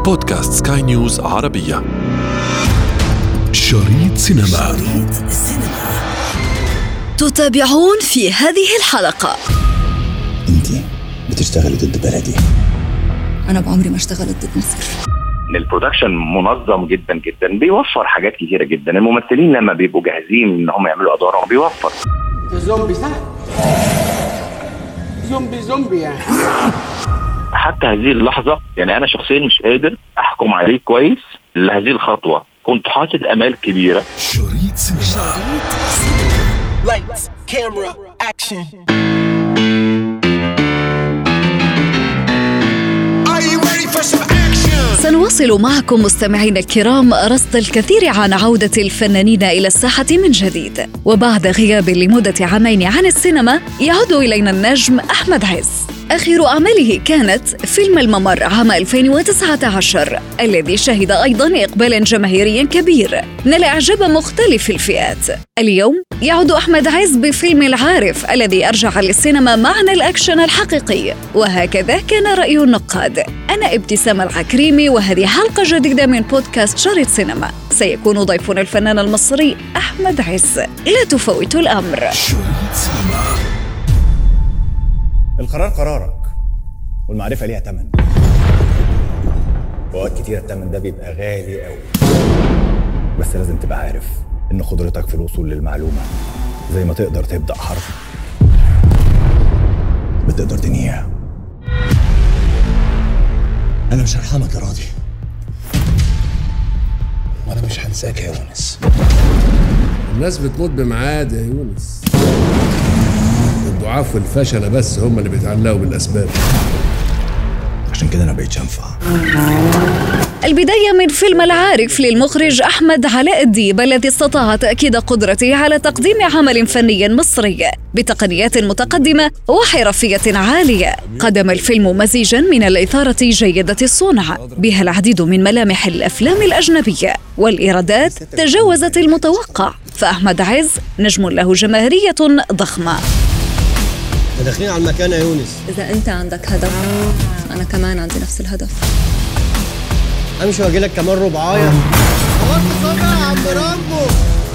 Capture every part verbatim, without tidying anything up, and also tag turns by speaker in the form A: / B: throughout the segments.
A: بودكاست سكاي نيوز عربية. شريط سينما. شريط السينما.
B: تتابعون في هذه الحلقة.
C: انتي بتشتغلي ضد بلدي.
B: أنا بعمري ما اشتغلت ضد مصر.
D: البرودكشن منظم جدا جدا، بيوفر حاجات كتيرة جدا. الممثلين لما بيبقوا جاهزين ان هم يعملوا ادوارهم بيوفر.
E: زومبي صح؟ زومبي زومبي يعني.
D: حتى هذه اللحظة يعني أنا شخصيا مش قادر أحكم عليه كويس. لهذه الخطوة كنت حاطط أمال كبيرة.
A: شريط سينما.
E: Lights, camera, action. Are you ready for some action?
B: سنواصل معكم مستمعين الكرام رصد الكثير عن عودة الفنانين إلى الساحة من جديد. وبعد غياب لمدة عامين عن السينما يعود إلينا النجم أحمد عز. آخر أعماله كانت فيلم الممر عام ألفين وتسعة عشر الذي شهد أيضاً إقبالاً جماهيرياً كبير نال إعجاب مختلف الفئات. اليوم يعود أحمد عز بفيلم العارف الذي أرجع للسينما معنى الأكشن الحقيقي، وهكذا كان رأي النقاد. أنا ابتسام العكريمي، وهذه حلقة جديدة من بودكاست شريط سينما. سيكون ضيفنا الفنان المصري أحمد عز. لا تفوتوا الأمر.
A: شريط سينما.
C: القرار قرارك، والمعرفة ليها تمن. وقت كتير التمن ده بيبقى غالي قوي، بس لازم تبقى عارف إن قدرتك في الوصول للمعلومة زي ما تقدر تبدأ حرب بتقدر تنهيها. أنا مش هرحمك يا راضي، وأنا مش هنساك يا يونس.
F: الناس بتموت بميعاد يا يونس. الضعاف والفشلة بس هم اللي بيتعلقوا بالأسباب.
C: عشان كده أنا بقيتش أنفع.
B: البداية من فيلم العارف للمخرج أحمد علاء الديب الذي استطاع تأكيد قدرته على تقديم عمل فني مصري بتقنيات متقدمة وحرفية عالية. قدم الفيلم مزيجاً من الإثارة جيدة الصنع بها العديد من ملامح الأفلام الأجنبية، والإيرادات تجاوزت المتوقع، فأحمد عز نجم له جماهيرية ضخمة.
G: داخلين على المكان يا يونس.
H: إذا أنت عندك هدف أنا كمان عندي نفس الهدف.
G: أمشي وأجي لك كمان ربعاية. خلاص صبع يا عم رامبو.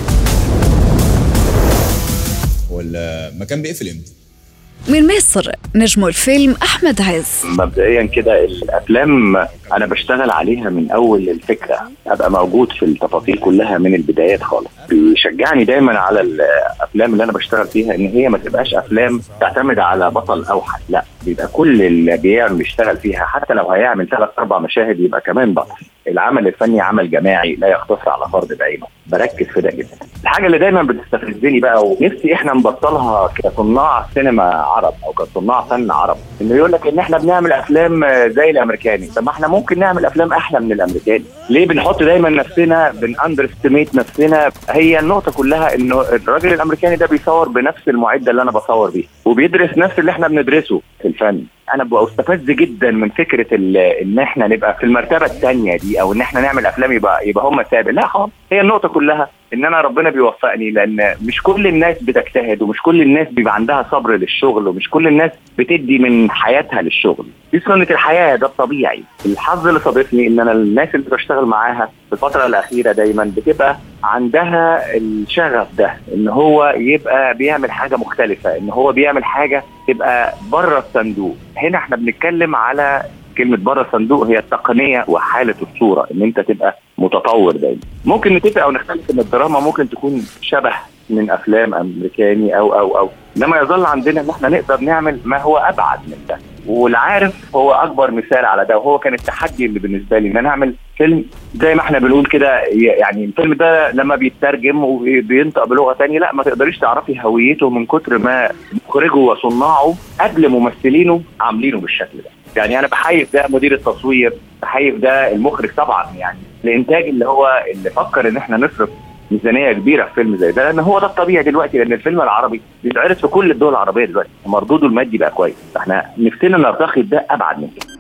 C: والمكان بيقفل امتى؟
B: من مصر نجم الفيلم أحمد عز.
D: مبدئيا كده الأفلام أنا بشتغل عليها من أول الفكرة، أبقى موجود في التفاصيل كلها من البدايات خالص. بيشجعني دايما على الأفلام اللي أنا بشتغل فيها إن هي ما تبقاش أفلام تعتمد على بطل أوحد، لا، بيبقى كل اللي بيعمل بيشتغل فيها، حتى لو هيعمل ثلاث أربع مشاهد يبقى كمان بطل. العمل الفني عمل جماعي لا يقتصر على فرد بعينه، بركز في ده جدا. الحاجة اللي دايما بتستفزني بقى ونفسي احنا نبطلها كصناع سينما عرب او كصناع فن عرب، انه يقول لك ان احنا بنعمل افلام زي الامريكاني. طب ما احنا ممكن نعمل افلام احلى من الامريكاني. ليه بنحط دايما نفسنا بنأندرستيميت نفسنا؟ هي النقطة كلها انه الراجل الامريكاني ده بيصور بنفس المعدة اللي انا بصور بيها، وبيدرس نفس اللي احنا بندرسه في الفن. انا ببقى استفز جدا من فكره ان احنا نبقى في المرتبه الثانيه دي، او ان احنا نعمل افلام يبقى يبقى هم سابق. لا خالص، هي النقطه كلها ان انا ربنا بيوفقني، لان مش كل الناس بتجتهد، ومش كل الناس بيبقى عندها صبر للشغل، ومش كل الناس بتدي من حياتها للشغل. دي سنه الحياه، ده الطبيعي. الحظ اللي صادفني ان انا الناس اللي بشتغل معاها في الفتره الاخيره دايما بتبقى عندها الشغف ده، ان هو يبقى بيعمل حاجه مختلفه، ان هو بيعمل حاجه تبقى بره الصندوق. هنا احنا بنتكلم على كلمة بره الصندوق، هي التقنية وحالة الصورة، ان انت تبقى متطور دايما. ممكن نتفق او نختلف ان الدراما ممكن تكون شبه من افلام امريكاني او او او انما يظل عندنا ان احنا نقدر نعمل ما هو ابعد من ده. والعارف هو اكبر مثال على ده، وهو كان التحدي اللي بالنسبة لي ان انا اعمل فيلم زي ما احنا بنقول كده. يعني الفيلم ده لما بيترجم وبينطق بلغة تانية لا ما تقدريش تعرفي هويته من كتر ما مخرجه وصناعه قبل ممثلينه عاملينه بالشكل ده. يعني انا بحيي ده مدير التصوير، بحيي ده المخرج طبعا، يعني الانتاج اللي هو اللي فكر ان احنا نصرف ميزانيه كبيره في فيلم زي ده، لان هو ده الطبيعي دلوقتي، لان الفيلم العربي بيتعرض في كل الدول العربيه دلوقتي، مردوده المادي بقى كويس. فاحنا نفسنا نرتقي ده ابعد من كده.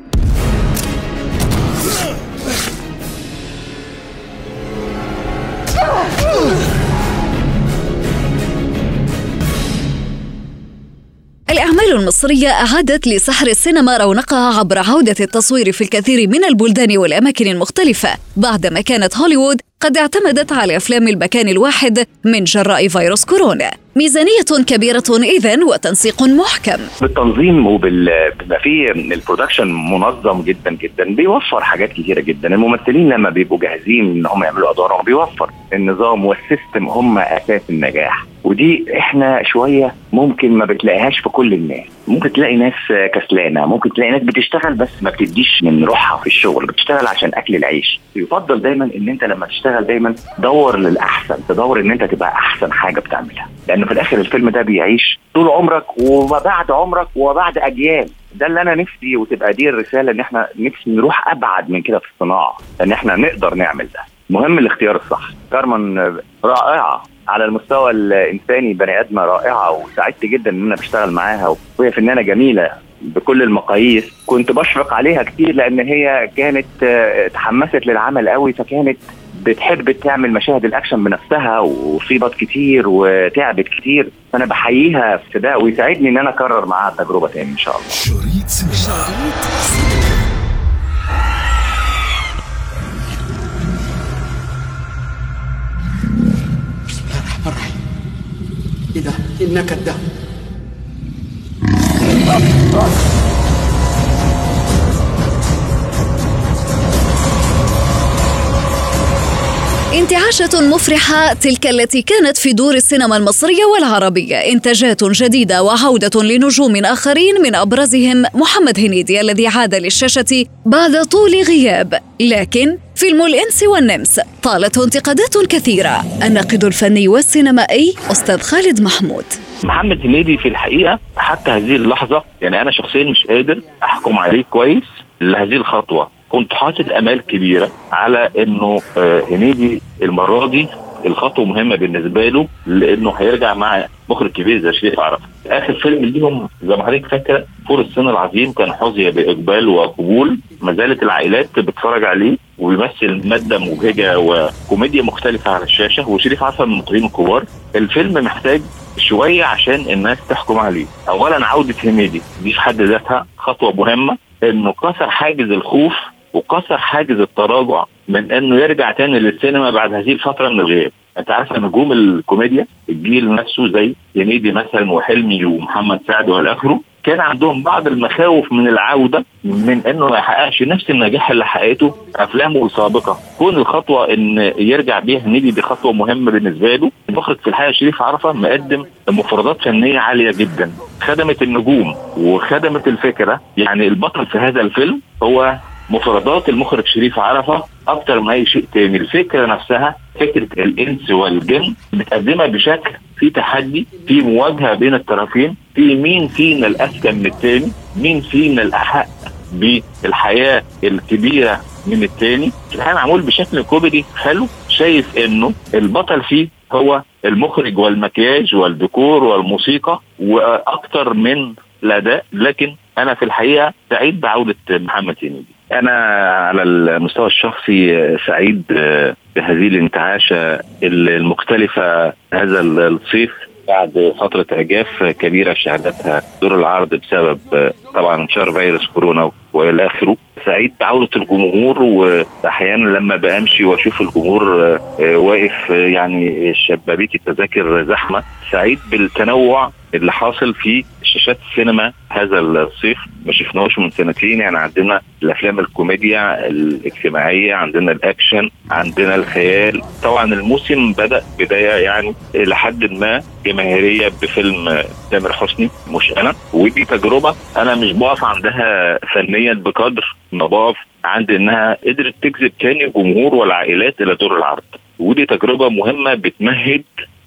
B: الأعمال المصرية أعادت لسحر السينما رونقها عبر عودة التصوير في الكثير من البلدان والأماكن المختلفة، بعدما كانت هوليوود قد اعتمدت على أفلام المكان الواحد من جراء فيروس كورونا. ميزانية كبيرة إذن وتنسيق محكم.
D: بالتنظيم وبما فيه البرودكشن منظم جدا جدا بيوفر حاجات كتيرة جدا. الممثلين لما بيبقوا جاهزين ان هم يعملوا ادوارهم بيوفر النظام والسيستم هم اساس النجاح، ودي احنا شوية ممكن ما بتلاقيهاش في كل الناس. ممكن تلاقي ناس كسلانة، ممكن تلاقي ناس بتشتغل بس ما بتديش من روحها في الشغل، بتشتغل عشان اكل العيش. يفضل دايما ان انت لما تشتغل دايما دور للاحسن، تدور ان انت تبقى احسن حاجة بتعملها، لانه في الاخر الفيلم ده بيعيش طول عمرك وما بعد عمرك وبعد اجيال. ده اللي انا نفسي وتبقى دي الرسالة، ان احنا نفسي نروح ابعد من كده في الصناعة، لان احنا نقدر نعمل ده. مهم الاختيار الصح. كارمن رائعة على المستوى الإنساني، بني آدمة رائعة، وسعدت جدا إن أنا بشتغل معاها، وهي فنانة جميلة بكل المقاييس. كنت بشفق عليها كتير لأن هي كانت تحمست للعمل قوي، فكانت بتحب تعمل مشاهد الأكشن بنفسها وصيبت كتير وتعبت كتير. فأنا بحييها في ده، ويساعدني إن أنا أكرر معاها التجربة تاني إن شاء الله.
A: شريط سينما.
E: ايه ده؟ ايه النكد ده؟
B: انتعاشة مفرحة تلك التي كانت في دور السينما المصرية والعربية، إنتاجات جديدة وعودة لنجوم آخرين من أبرزهم محمد هنيدي الذي عاد للشاشة بعد طول غياب. لكن فيلم الإنس والنمس طالته انتقادات كثيرة. الناقد الفني والسينمائي أستاذ خالد محمود.
I: محمد هنيدي في الحقيقة حتى هذه اللحظة، يعني أنا شخصيا مش قادر أحكم عليه كويس لهذه الخطوة. كنت حاطط امال كبيره على انه هنيدي المره دي الخطوه مهمه بالنسبه له، لانه هيرجع مع مخرج كبير زي شريف عرفة. اخر فيلم ليهم زي ما حضرتك فاكره فول الصين العظيم كان حظي باقبال وقبول، ما زالت العائلات بتتفرج عليه وبيمثل ماده مبهجه وكوميديا مختلفه على الشاشه، وشريف عرفة من المطربين الكبار. الفيلم محتاج شويه عشان الناس تحكم عليه. اولا عوده هنيدي دي في حد ذاتها خطوه مهمه، انه كسر حاجز الخوف وكسر حاجز التراجع من انه يرجع تاني للسينما بعد هذه الفتره من الغياب. انت عارف نجوم الكوميديا الجيل نفسه زي هنيدي مثلا وحلمي ومحمد سعد والاخره كان عندهم بعض المخاوف من العوده، من انه ما يحققش نفس النجاح اللي حققته افلامه السابقه. كون الخطوه ان يرجع بيها هنيدي دي خطوه مهمه بالنسبه له. المخرج في الحقيقه شريف عرفة مقدم مفردات فنيه عاليه جدا، خدمت النجوم وخدمت الفكره. يعني البطل في هذا الفيلم هو مفردات المخرج شريف عرفة اكتر من اي شيء تاني. الفكره نفسها فكره الانس والجن بتقدمها بشكل في تحدي، في مواجهه بين الطرفين، في مين فينا الاذكى من التاني، مين فينا الاحق بالحياه الكبيره من التاني. الحقيقه معمول بشكل كوميدي حلو. شايف انه البطل فيه هو المخرج والمكياج والديكور والموسيقى واكتر من الاداء. لكن انا في الحقيقه سعيد بعوده محمد هنيدي. انا على المستوى الشخصي سعيد بهذه الانتعاشه المختلفه هذا الصيف بعد فتره عجاف كبيره شهدتها دور العرض بسبب طبعا انتشار فيروس كورونا والى اخره. سعيد بعودة الجمهور، واحيانا لما بامشي واشوف الجمهور واقف يعني شبابيك التذاكر زحمه. سعيد بالتنوع اللي حاصل في شاشات السينما هذا الصيف، ما شفناهوش من سنتين. يعني عندنا الافلام الكوميديا الاجتماعيه، عندنا الاكشن، عندنا الخيال. طبعا الموسم بدا بدايه يعني الى حد ما جماهيريه بفيلم تامر حسني مش انا، ودي تجربه انا مش بقف عندها فنيا بقدر ما بقف عند انها قدرت تجذب تاني الجمهور والعائلات الى دور العرض. ودي تجربه مهمه بتمهد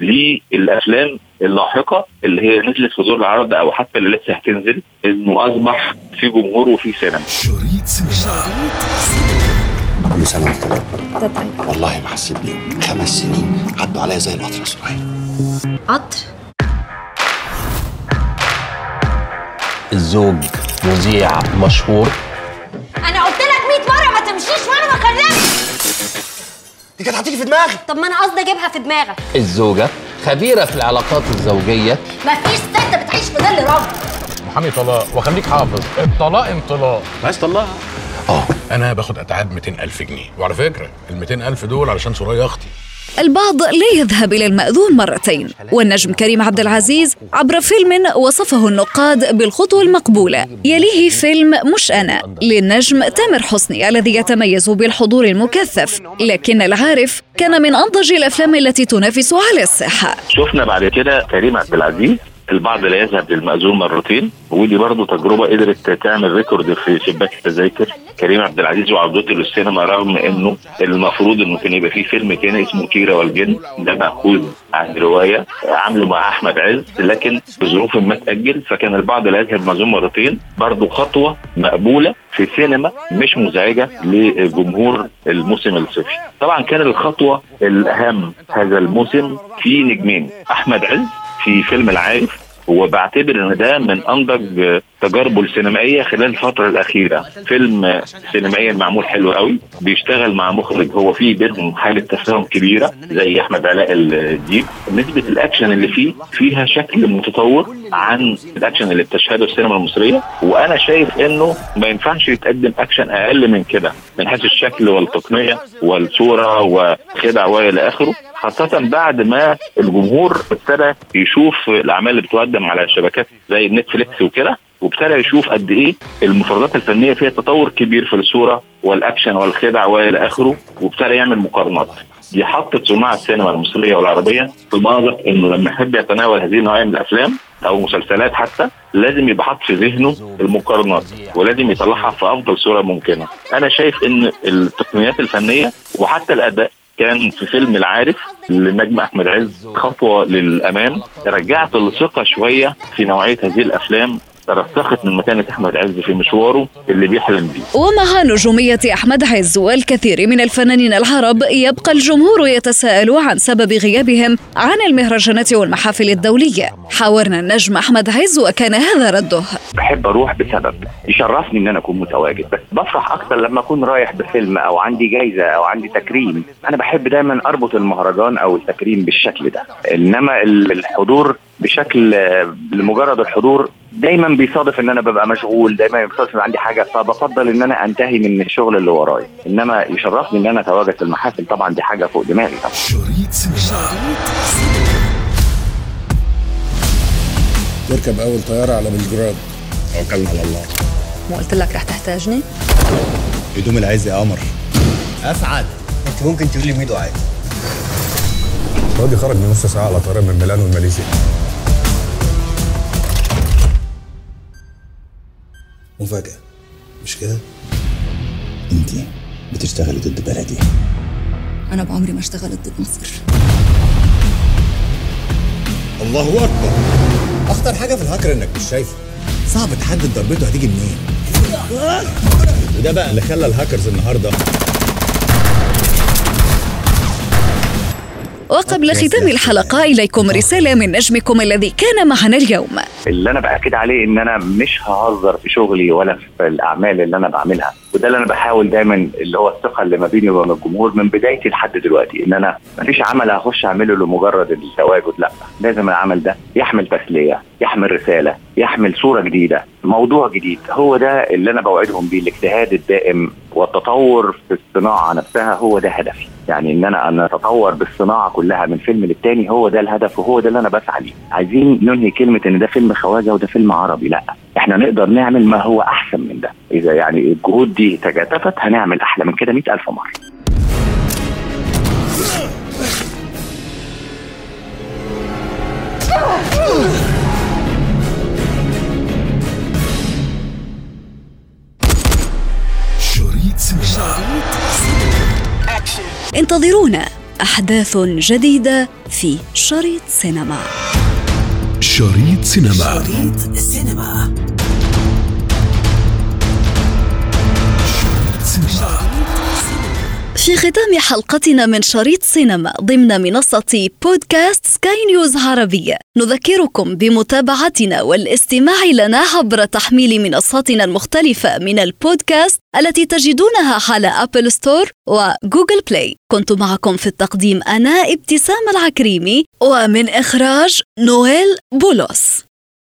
I: للافلام اللاحقه اللي هي نزلت في دور العرض او حتى اللي لسه هتنزل، انه اصبح في جمهور وفي سينما.
A: شريط سينما.
J: كل سنه وانت طيب. والله ما حسيت بيهم، خمس سنين عدوا عليا زي القطر يا سرايا.
H: قطر؟
K: الزوج مذيع مشهور.
L: انا قلت لك مية مره ما تمشيش وانا بكلمك.
J: دي كانت هتيجي في دماغي.
L: طب ما انا قصدي اجيبها في دماغك.
K: الزوجة خبيرة في العلاقات الزوجية.
L: مفيش ست بتعيش في ظل راجل.
M: محامي طلاق واخليك حافظ الطلاق انطلاق.
J: عايز طلاق؟
M: اه انا باخد اتعاب مئتين ألف جنيه، وعلى فكره ال مئتين ألف دول علشان سوريا اختي.
B: البعض لا يذهب إلى المأذون مرتين، والنجم كريم عبد العزيز عبر فيلم وصفه النقاد بالخطوة المقبولة. يليه فيلم مش أنا للنجم تامر حسني الذي يتميز بالحضور المكثف، لكن العارف كان من أنضج الأفلام التي تنافس على الساحة.
I: شفنا بعد كده كريم عبد العزيز البعض لا يذهب للمأذون مرتين، ودي برضو تجربة قدرت تعمل ريكورد في شباك التذاكر. كريم عبد العزيز وعودته للسينما رغم انه المفروض انه كان يبقى فيه فيلم كان اسمه كيرة والجن، ده مأخوذ عن رواية عامله مع احمد عز، لكن بظروف ما تأجل، فكان البعض لا يذهب للمأذون مرتين. برضو خطوة مقبولة في السينما مش مزعجة لجمهور الموسم الصيفي. طبعا كان الخطوة الأهم هذا الموسم في نجمين، احمد عز في فيلم العارف، وبعتبر ان ده من انضج تجاربه السينمائيه خلال الفتره الاخيره. فيلم سينمائيا معمول حلو قوي، بيشتغل مع مخرج هو فيه بينهم حاله تفاهم كبيره زي احمد علاء الديب. نسبه الاكشن اللي فيه فيها شكل متطور عن الاكشن اللي بتشهده السينما المصريه، وانا شايف انه ما ينفعش يتقدم اكشن اقل من كده من حيث الشكل والتقنيه والصوره وخدع والى اخره، خاصة بعد ما الجمهور ابتدى يشوف الأعمال اللي بتقدم على الشبكات زي نتفليكس وكده، وابتدى يشوف قد إيه المفردات الفنية فيها تطور كبير في الصورة والأكشن والخدع وإلى آخره، وابتدى يعمل مقارنات. دي حطت صناع السينما المصرية والعربية في مأزق إنه لما يحب يتناول هذه النوعية من الأفلام أو مسلسلات حتى لازم يبقى حاط في ذهنه المقارنات، ولازم يطلعها في أفضل صورة ممكنة. أنا شايف إن التقنيات الفنية وحتى الأداء كان في فيلم العارف للنجم أحمد عز خطوة للأمام، رجعت الثقة شوية في نوعية هذه الأفلام، رسخت من مكانة أحمد عز في مشواره اللي بيحلم بيه.
B: ومع نجومية أحمد عز والكثير من الفنانين العرب يبقى الجمهور يتساءل عن سبب غيابهم عن المهرجانات والمحافل الدولية. حاورنا النجم أحمد عز وكان هذا رده:
D: بحب أروح بسبب يشرفني إن أنا أكون متواجد، بس بفرح أكثر لما أكون رايح بفيلم أو عندي جايزة أو عندي تكريم. أنا بحب دايما أربط المهرجان أو التكريم بالشكل ده، إنما الحضور بشكل لمجرد الحضور دايما بيصادف ان انا ببقى مشغول، دايما بيصادف ان عندي حاجه، فبفضل ان انا انتهي من الشغل اللي ورايا. انما يشرفني ان انا اتواجد في المحافل، طبعا دي حاجه فوق دماغي طبعا.
F: تركب اول طياره على بلجراد.
C: توكلنا على الله.
H: مو قلت لك رح تحتاجني؟
C: هدوم العز يا قمر.
G: اسعد انت ممكن تقول لي ميدو عادي.
C: راضي خرج من نص ساعه على طياره من ميلانو لماليزيا.
J: مفاجأة مش كده؟ انتي بتشتغلي ضد بلدي.
H: انا بعمري ما اشتغلت ضد مصر.
C: الله اكبر. اخطر حاجه في الهاكر انك مش شايفه، صعب تحدد ضربته هتيجي منين. وده بقى اللي خلى الهاكرز النهارده.
B: وقبل ختام الحلقة إليكم رسالة من نجمكم الذي كان معنا اليوم.
D: اللي أنا بأكد عليه إن أنا مش ههزر في شغلي ولا في الأعمال اللي أنا بعملها، وده اللي أنا بحاول دايما، اللي هو الثقة اللي ما بيني وبين الجمهور من بدايتي لحد دلوقتي، إن أنا مفيش عمل هخش أعمله لمجرد التواجد، لا، لازم العمل ده يحمل تسلية، يحمل رسالة، يحمل صورة جديدة، موضوع جديد. هو ده اللي أنا بوعدهم بيه، الاجتهاد الدائم والتطور في الصناعة نفسها، هو ده هدفي. يعني ان انا ان اتطور بالصناعة كلها من فيلم للتاني، هو ده الهدف وهو ده اللي انا بسعى ليه. عايزين ننهي كلمة ان ده فيلم خواجة وده فيلم عربي، لا، احنا نقدر نعمل ما هو احسن من ده. اذا يعني الجهود دي تجاتفت هنعمل احلى من كده مئة الف مرة.
B: انتظرونا أحداث جديدة في شريط سينما.
A: شريط سينما.
B: شريط سينما. في ختام حلقتنا من شريط سينما ضمن منصة بودكاست سكاي نيوز عربية، نذكركم بمتابعتنا والاستماع لنا عبر تحميل منصاتنا المختلفة من البودكاست التي تجدونها على أبل ستور وجوجل بلاي. كنت معكم في التقديم أنا ابتسام العكريمي، ومن إخراج نويل بولوس.